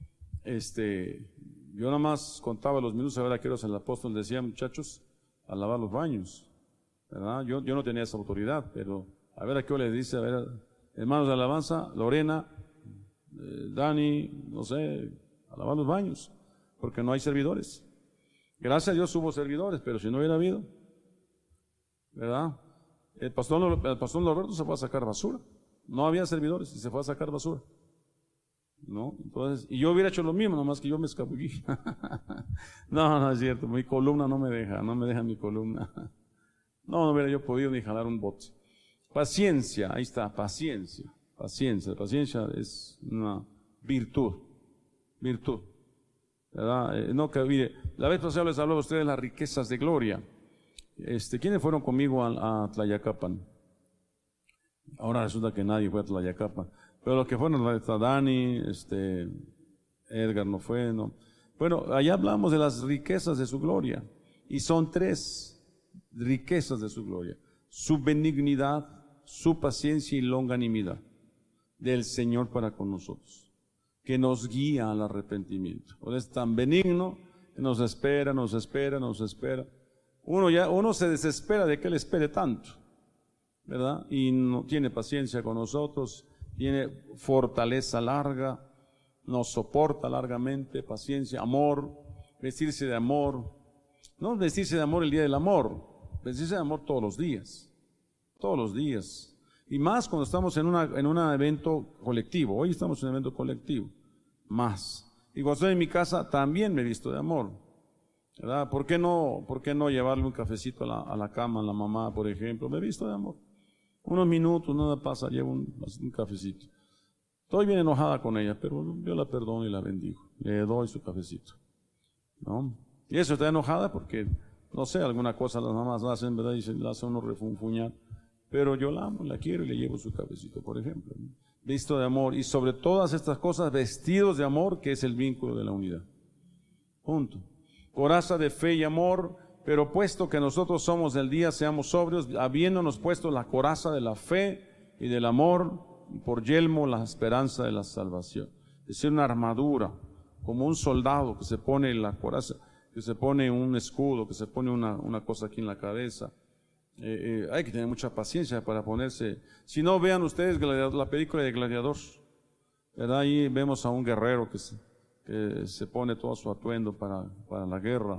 yo nada más contaba los minutos a ver a qué horas el apóstol decía, muchachos, a lavar los baños, ¿verdad? Yo no tenía esa autoridad, pero a ver a qué hora le dice, a ver, hermanos de alabanza, Lorena, Dani, no sé, a lavar los baños, porque no hay servidores. Gracias a Dios hubo servidores, pero si no hubiera habido, ¿verdad? El pastor Norberto se fue a sacar basura. No había servidores y se fue a sacar basura, ¿no? Entonces, y yo hubiera hecho lo mismo, nomás que yo me escabullí. No es cierto, mi columna no me deja mi columna. No hubiera yo podido ni jalar un bote. Paciencia, ahí está, paciencia. Paciencia es una virtud, ¿verdad? No que mire, la vez pasada les hablé a ustedes de las riquezas de gloria. ¿Quiénes fueron conmigo a Tlayacapan? Ahora resulta que nadie fue a Tlayacapan, pero los que fueron, está Dani, Edgar no fue, no. Bueno, allá hablamos de las riquezas de su gloria, y son 3 riquezas de su gloria: su benignidad, su paciencia y longanimidad del Señor para con nosotros, que nos guía al arrepentimiento. Es tan benigno que nos espera. Uno se desespera de que Él espere tanto, ¿verdad? Y no tiene paciencia con nosotros, tiene fortaleza larga, nos soporta largamente, paciencia, amor, vestirse de amor. No vestirse de amor el día del amor, vestirse de amor todos los días. Y más cuando estamos en un evento colectivo. Hoy estamos en un evento colectivo, más. Y cuando estoy en mi casa también me visto de amor, ¿verdad? ¿Por qué no llevarle un cafecito a la cama a la mamá, por ejemplo? Me visto de amor. Unos minutos, nada pasa, llevo un cafecito. Estoy bien enojada con ella, pero yo la perdono y la bendigo. Le doy su cafecito, ¿no? Y eso está enojada porque, no sé, alguna cosa las mamás hacen, ¿verdad? Y se la hacen uno refunfuñar. Pero yo la amo, la quiero y le llevo su cafecito, por ejemplo, ¿no? Visto de amor. Y sobre todas estas cosas, vestidos de amor, que es el vínculo de la unidad. Punto. Coraza de fe y amor. Pero puesto que nosotros somos del día, seamos sobrios, habiéndonos puesto la coraza de la fe y del amor, y por yelmo la esperanza de la salvación. Es decir, una armadura, como un soldado que se pone la coraza, que se pone un escudo, que se pone una cosa aquí en la cabeza. Hay que tener mucha paciencia para ponerse. Si no, vean ustedes la película de Gladiador, ¿verdad? Ahí vemos a un guerrero que se pone todo su atuendo para la guerra.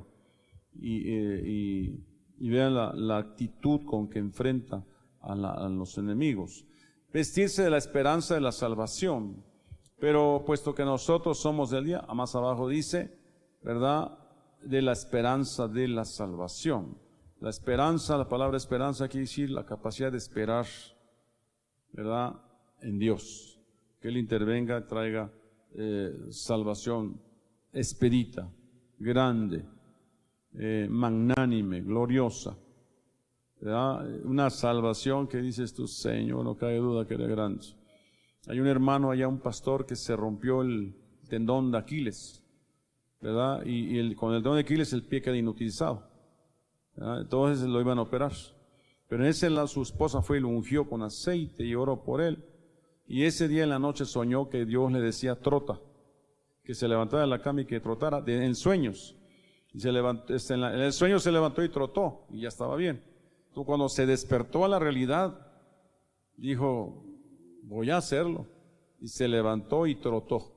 Y vean la actitud con que enfrenta a los enemigos. Vestirse de la esperanza de la salvación. Pero puesto que nosotros somos del día, más abajo dice, ¿verdad? De la esperanza de la salvación. La esperanza, la palabra esperanza quiere decir la capacidad de esperar, ¿verdad? En Dios. Que Él intervenga, traiga salvación expedita, grande, magnánime, gloriosa, ¿verdad? Una salvación que dices tú, Señor, no cabe duda que eres grande. Hay un hermano allá, un pastor, que se rompió el tendón de Aquiles, ¿verdad? Y con el tendón de Aquiles el pie queda inutilizado, ¿verdad? Entonces lo iban a operar, pero en ese su esposa fue y lo ungió con aceite y oró por él, y ese día en la noche soñó que Dios le decía trota, que se levantara de la cama y que trotara en sueños. Y se levantó, en el sueño se levantó y trotó, y ya estaba bien. Entonces, cuando se despertó a la realidad, dijo, voy a hacerlo. Y se levantó y trotó.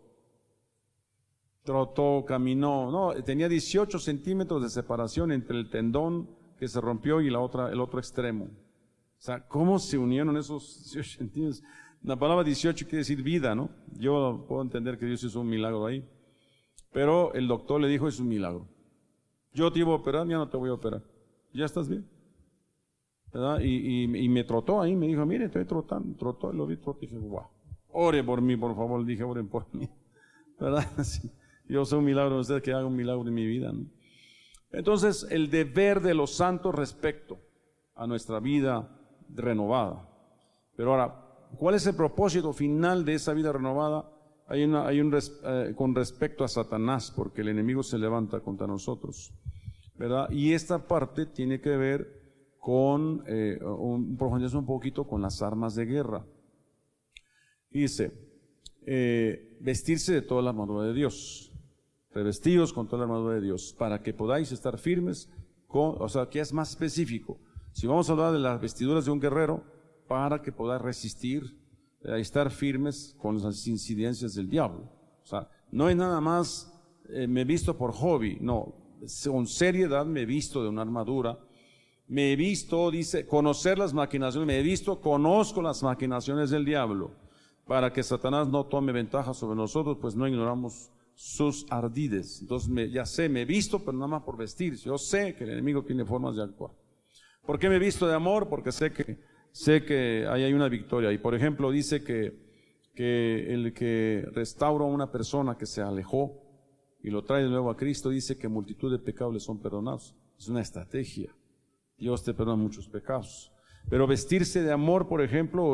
Trotó, caminó. No, tenía 18 centímetros de separación entre el tendón que se rompió y el otro extremo. O sea, ¿cómo se unieron esos 18 centímetros? La palabra 18 quiere decir vida, ¿no? Yo puedo entender que Dios hizo un milagro ahí. Pero el doctor le dijo, es un milagro. Yo te iba a operar, ya no te voy a operar. Ya estás bien, ¿verdad? Y me trotó ahí, me dijo, mire, estoy trotando. Trotó, lo vi, trotó y dije, wow, ore por mí, por favor. Dije, oren por mí, ¿verdad? Sí. Yo soy un milagro de ustedes, que haga un milagro en mi vida, ¿no? Entonces, el deber de los santos respecto a nuestra vida renovada, Pero ahora, ¿cuál es el propósito final de esa vida renovada? Con respecto a Satanás, porque el enemigo se levanta contra nosotros, ¿verdad? Y esta parte tiene que ver con, profundizar un poquito con las armas de guerra. Dice, vestirse de toda la armadura de Dios, revestidos con toda la armadura de Dios, para que podáis estar firmes, o sea, que es más específico. Si vamos a hablar de las vestiduras de un guerrero, para que podáis resistir, estar firmes con las incidencias del diablo. O sea, no es nada más me he visto por hobby, no, con seriedad me he visto de una armadura, me he visto, dice, conocer las maquinaciones, me he visto, conozco las maquinaciones del diablo, para que Satanás no tome ventaja sobre nosotros, pues no ignoramos sus ardides. Entonces ya sé, me he visto, pero nada más por vestir. Yo sé que el enemigo tiene formas de actuar. ¿Por qué me he visto de amor? Porque sé que ahí hay una victoria. Y por ejemplo dice que el que restaura a una persona que se alejó y lo trae de nuevo a Cristo, dice que multitud de pecados le son perdonados. Es una estrategia. Dios te perdona muchos pecados. Pero vestirse de amor, por ejemplo,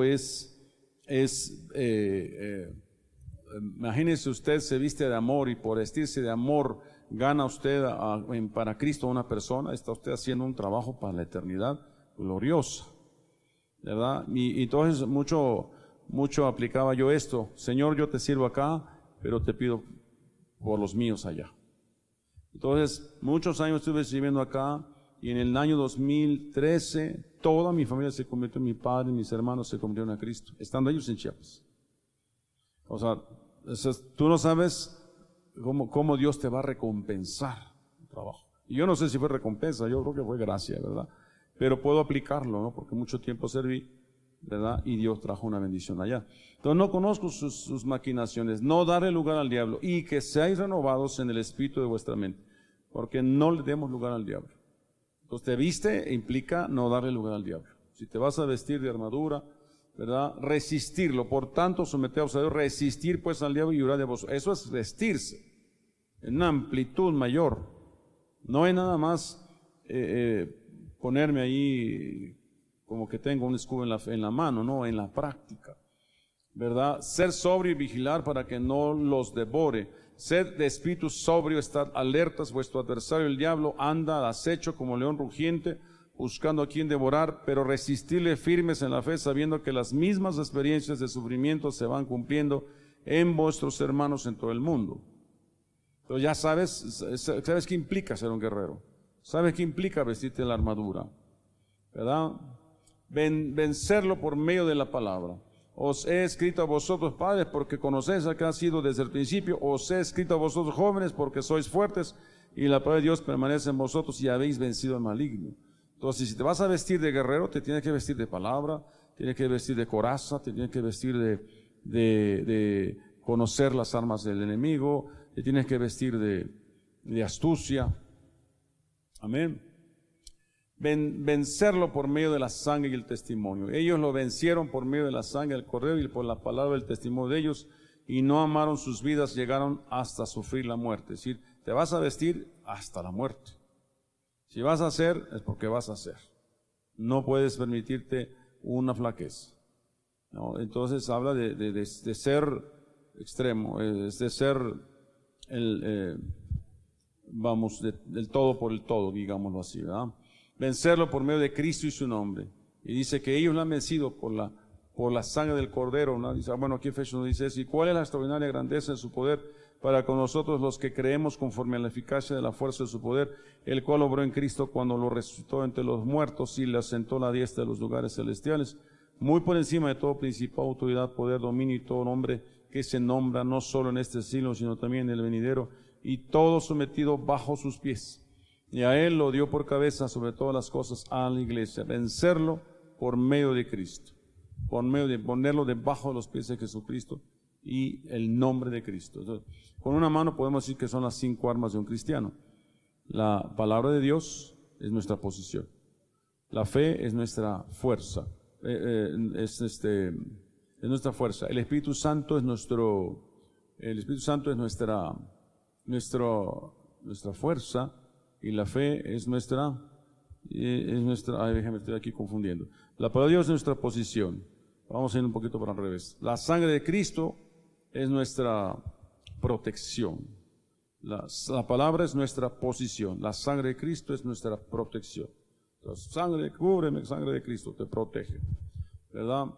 imagínese usted se viste de amor y por vestirse de amor gana usted para Cristo a una persona, está usted haciendo un trabajo para la eternidad gloriosa, ¿verdad? Y entonces mucho aplicaba yo esto: Señor, yo te sirvo acá, pero te pido por los míos allá. Entonces muchos años estuve sirviendo acá, y en el año 2013 toda mi familia se convirtió, mi padre y mis hermanos se convirtieron a Cristo, estando ellos en Chiapas. O sea, tú no sabes cómo Dios te va a recompensar el trabajo. Y yo no sé si fue recompensa, yo creo que fue gracia, ¿verdad? Pero puedo aplicarlo, ¿no? Porque mucho tiempo serví, ¿verdad? Y Dios trajo una bendición allá. Entonces no conozco sus maquinaciones, no darle lugar al diablo, y que seáis renovados en el espíritu de vuestra mente, porque no le demos lugar al diablo. Entonces te viste implica no darle lugar al diablo. Si te vas a vestir de armadura, ¿verdad? Resistirlo, por tanto someteos a Dios, resistir pues al diablo y huirá de vosotros. Eso es vestirse en una amplitud mayor. No es nada más ponerme ahí como que tengo un escudo en la mano, no, en la práctica, ¿verdad? Ser sobrio y vigilar para que no los devore. Sed de espíritu sobrio, estad alertas, vuestro adversario el diablo anda al acecho como león rugiente, buscando a quien devorar, pero resistirle firmes en la fe, sabiendo que las mismas experiencias de sufrimiento se van cumpliendo en vuestros hermanos en todo el mundo. Entonces ya sabes qué implica ser un guerrero, sabes qué implica vestirte la armadura, ¿verdad? Vencerlo por medio de la palabra. Os he escrito a vosotros, padres, porque conocéis al que ha sido desde el principio. Os he escrito a vosotros, jóvenes, porque sois fuertes y la palabra de Dios permanece en vosotros y habéis vencido al maligno. Entonces, si te vas a vestir de guerrero, te tienes que vestir de palabra, tienes que vestir de coraza, te tienes que vestir de conocer las armas del enemigo, te tienes que vestir de astucia. Amén. Vencerlo por medio de la sangre y el testimonio. Ellos lo vencieron por medio de la sangre del cordero y por la palabra del testimonio de ellos, y no amaron sus vidas, llegaron hasta sufrir la muerte. Es decir, te vas a vestir hasta la muerte. Si vas a hacer, es porque vas a hacer. No puedes permitirte una flaqueza, ¿no? Entonces habla de ser extremo, es de ser del todo por el todo, digámoslo así, ¿verdad? Vencerlo por medio de Cristo y su nombre. Y dice que ellos lo han vencido por la sangre del Cordero, ¿no? Dice, bueno, aquí Efesios nos dice eso. ¿Y cuál es la extraordinaria grandeza de su poder para con nosotros los que creemos conforme a la eficacia de la fuerza de su poder, el cual obró en Cristo cuando lo resucitó entre los muertos y le asentó a la diestra de los lugares celestiales, muy por encima de todo principado, autoridad, poder, dominio y todo nombre que se nombra no solo en este siglo, sino también en el venidero, y todo sometido bajo sus pies. Y a Él lo dio por cabeza sobre todas las cosas a la iglesia. Vencerlo por medio de Cristo, por medio de ponerlo debajo de los pies de Jesucristo y el nombre de Cristo. Entonces, con una mano podemos decir que son las 5 armas de un cristiano. La palabra de Dios es nuestra posición. La fe es nuestra fuerza. Es nuestra fuerza. El Espíritu Santo es nuestra fuerza. Y la fe es nuestra, déjame, estoy aquí confundiendo. La palabra de Dios es nuestra posición. Vamos a ir un poquito para al revés. La sangre de Cristo es nuestra protección. La palabra es nuestra posición. La sangre de Cristo es nuestra protección. La sangre, cúbreme, sangre de Cristo, te protege. ¿Verdad?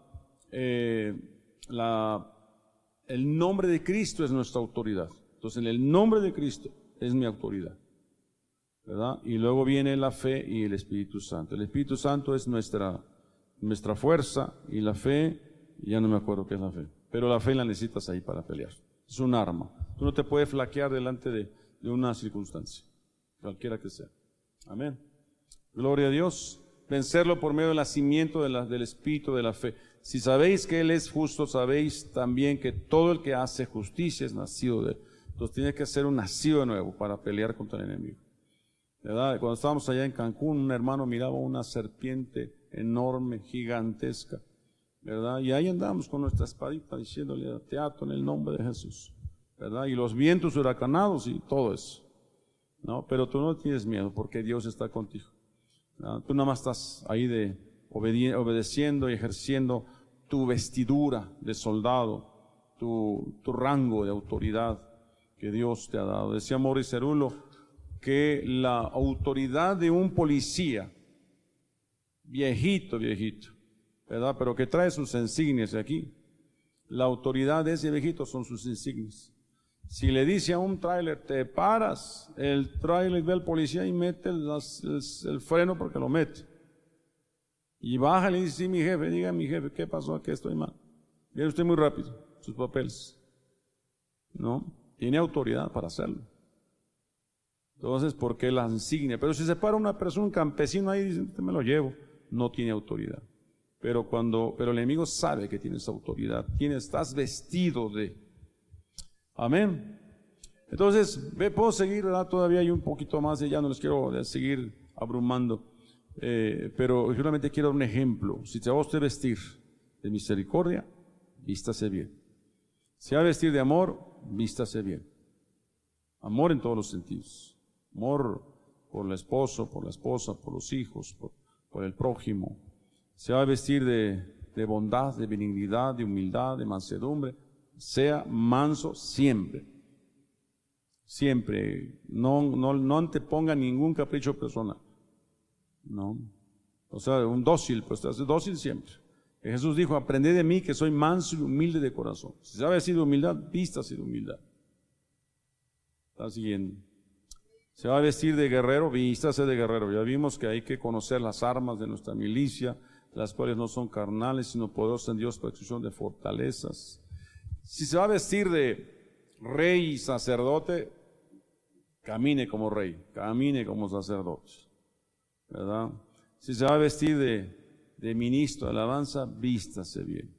El nombre de Cristo es nuestra autoridad. Entonces, en el nombre de Cristo es mi autoridad. ¿Verdad? Y luego viene la fe y el Espíritu Santo. El Espíritu Santo es nuestra fuerza, y la fe, ya no me acuerdo qué es la fe, pero la fe la necesitas ahí para pelear. Es un arma. Tú no te puedes flaquear delante de una circunstancia, cualquiera que sea. Amén. Gloria a Dios. Vencerlo por medio del nacimiento del Espíritu de la fe. Si sabéis que Él es justo, sabéis también que todo el que hace justicia es nacido de Él. Entonces tiene que ser un nacido de nuevo para pelear contra el enemigo. ¿Verdad? Cuando estábamos allá en Cancún, un hermano miraba una serpiente enorme, gigantesca, ¿verdad? Y ahí andamos con nuestra espadita diciéndole teatro en el nombre de Jesús, ¿verdad? Y los vientos huracanados y todo eso, ¿no? Pero tú no tienes miedo porque Dios está contigo, ¿no? Tú nada más estás ahí obedeciendo y ejerciendo tu vestidura de soldado, tu rango de autoridad que Dios te ha dado. Decía Maurice Cerulo que la autoridad de un policía viejito, ¿verdad? Pero que trae sus insignias de aquí. La autoridad de ese viejito son sus insignias. Si le dice a un tráiler, te paras, el tráiler ve al policía y mete el freno porque lo mete. Y baja y le dice, sí, mi jefe, diga mi jefe, ¿qué pasó? Aquí estoy mal. Viene usted muy rápido, sus papeles. ¿No? Tiene autoridad para hacerlo. Entonces, ¿por qué la insignia? Pero si se para una persona, un campesino ahí, dice, me lo llevo. No tiene autoridad. Pero el enemigo sabe que tienes autoridad. Estás vestido de. Amén. Entonces, puedo seguir, ¿verdad? Todavía hay un poquito más y ya no les quiero seguir abrumando. Pero solamente quiero dar un ejemplo. Si se va a usted vestir de misericordia, vístase bien. Si va a vestir de amor, vístase bien. Amor en todos los sentidos. Amor por el esposo, por la esposa, por los hijos, por el prójimo. Se va a vestir de bondad, de benignidad, de humildad, de mansedumbre. Sea manso siempre. Siempre. No anteponga ningún capricho personal. No. O sea, un dócil, pues dócil siempre. Jesús dijo, aprended de mí que soy manso y humilde de corazón. Si se va a vestir de humildad, vístase de humildad. Está siguiendo. Se va a vestir de guerrero, vístase de guerrero. Ya vimos que hay que conocer las armas de nuestra milicia, las cuales no son carnales, sino poderosas en Dios para expresión de fortalezas. Si se va a vestir de rey y sacerdote, camine como rey, camine como sacerdote, ¿verdad? Si se va a vestir de ministro de alabanza, vístase bien.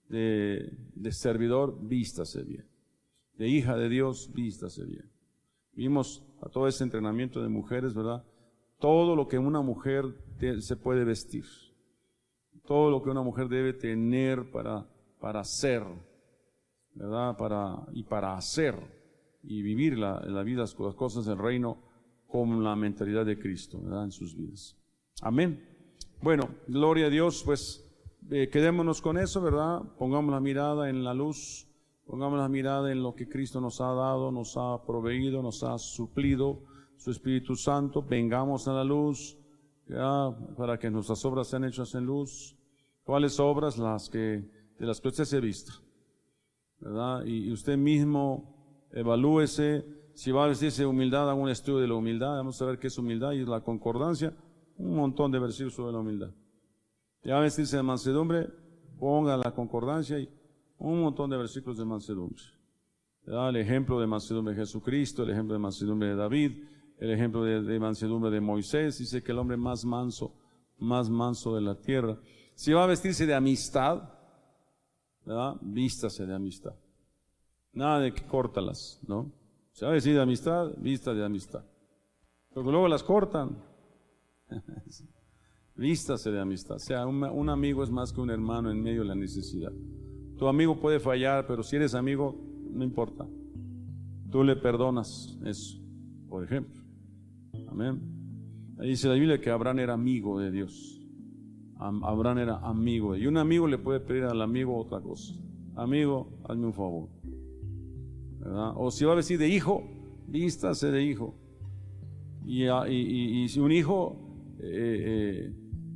De servidor, vístase bien. De hija de Dios, vístase bien. Vimos a todo ese entrenamiento de mujeres, ¿verdad? Todo lo que una mujer se puede vestir. Todo lo que una mujer debe tener para ser, ¿verdad? Para hacer y vivir la vida, las cosas del reino con la mentalidad de Cristo, ¿verdad? En sus vidas. Amén. Bueno, gloria a Dios, pues quedémonos con eso, ¿verdad? Pongamos la mirada en la luz. Pongamos la mirada en lo que Cristo nos ha dado, nos ha proveído, nos ha suplido, su Espíritu Santo. Vengamos a la luz, ¿ya? Para que nuestras obras sean hechas en luz. ¿Cuáles obras? De las que usted se vista, ¿verdad? Y usted mismo evalúese. Si va a vestirse de humildad, haga un estudio de la humildad. Vamos a ver qué es humildad y la concordancia. Un montón de versículos sobre la humildad. Si va a vestirse de mansedumbre, ponga la concordancia y un montón de versículos de mansedumbre. El ejemplo de mansedumbre de Jesucristo, el ejemplo de mansedumbre de David, el ejemplo de mansedumbre de Moisés. Dice que el hombre más manso de la tierra. Si va a vestirse de amistad, ¿verdad? Vístase de amistad. Nada de que córtalas, ¿no? Si va a vestir de amistad, vista de amistad. Porque luego las cortan. Vístase de amistad. O sea, un amigo es más que un hermano en medio de la necesidad. Tu amigo puede fallar, pero si eres amigo, no importa. Tú le perdonas eso, por ejemplo. Amén. Ahí dice la Biblia que Abraham era amigo de Dios. Abraham era amigo. Y un amigo le puede pedir al amigo otra cosa. Amigo, hazme un favor, ¿verdad? O si va a decir de hijo, vístase de hijo. Y si un hijo de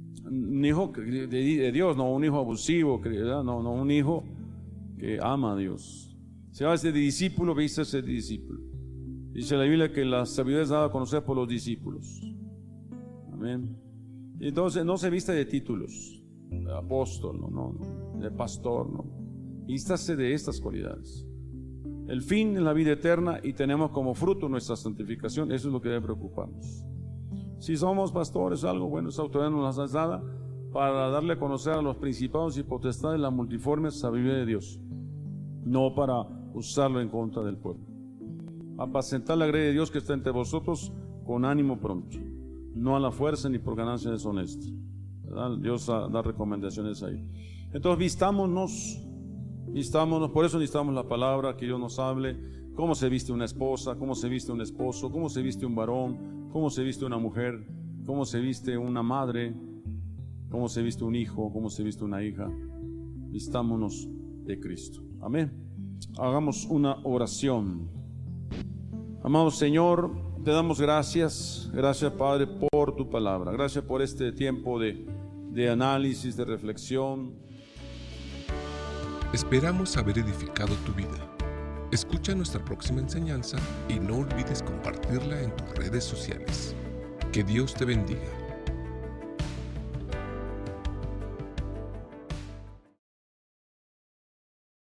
Dios, no un hijo abusivo, ¿verdad? No un hijo que ama a Dios. Si va a ser de discípulo, vístase de discípulo. Dice la Biblia que la sabiduría es dada a conocer por los discípulos. Amén. Entonces no se vista de títulos, de apóstol, de pastor, no. Vístase de estas cualidades. El fin es la vida eterna y tenemos como fruto nuestra santificación. Eso es lo que debe preocuparnos. Si somos pastores, algo bueno, esa autoridad nos la es dada para darle a conocer a los principados y potestades la multiforme sabiduría de Dios, no para usarlo en contra del pueblo. Apacentar la grey de Dios que está entre vosotros con ánimo pronto, no a la fuerza ni por ganancia deshonesta, ¿verdad? Dios da recomendaciones ahí. Entonces vistámonos, por eso necesitamos la palabra, que Dios nos hable. Cómo se viste una esposa, cómo se viste un esposo, cómo se viste un varón, cómo se viste una mujer, cómo se viste una madre, cómo se viste un hijo, cómo se viste una hija. Vistámonos de Cristo. Amén. Hagamos una oración. Amado Señor, te damos gracias. Gracias, Padre, por tu palabra. Gracias por este tiempo de análisis, de reflexión. Esperamos haber edificado tu vida. Escucha nuestra próxima enseñanza y no olvides compartirla en tus redes sociales. Que Dios te bendiga.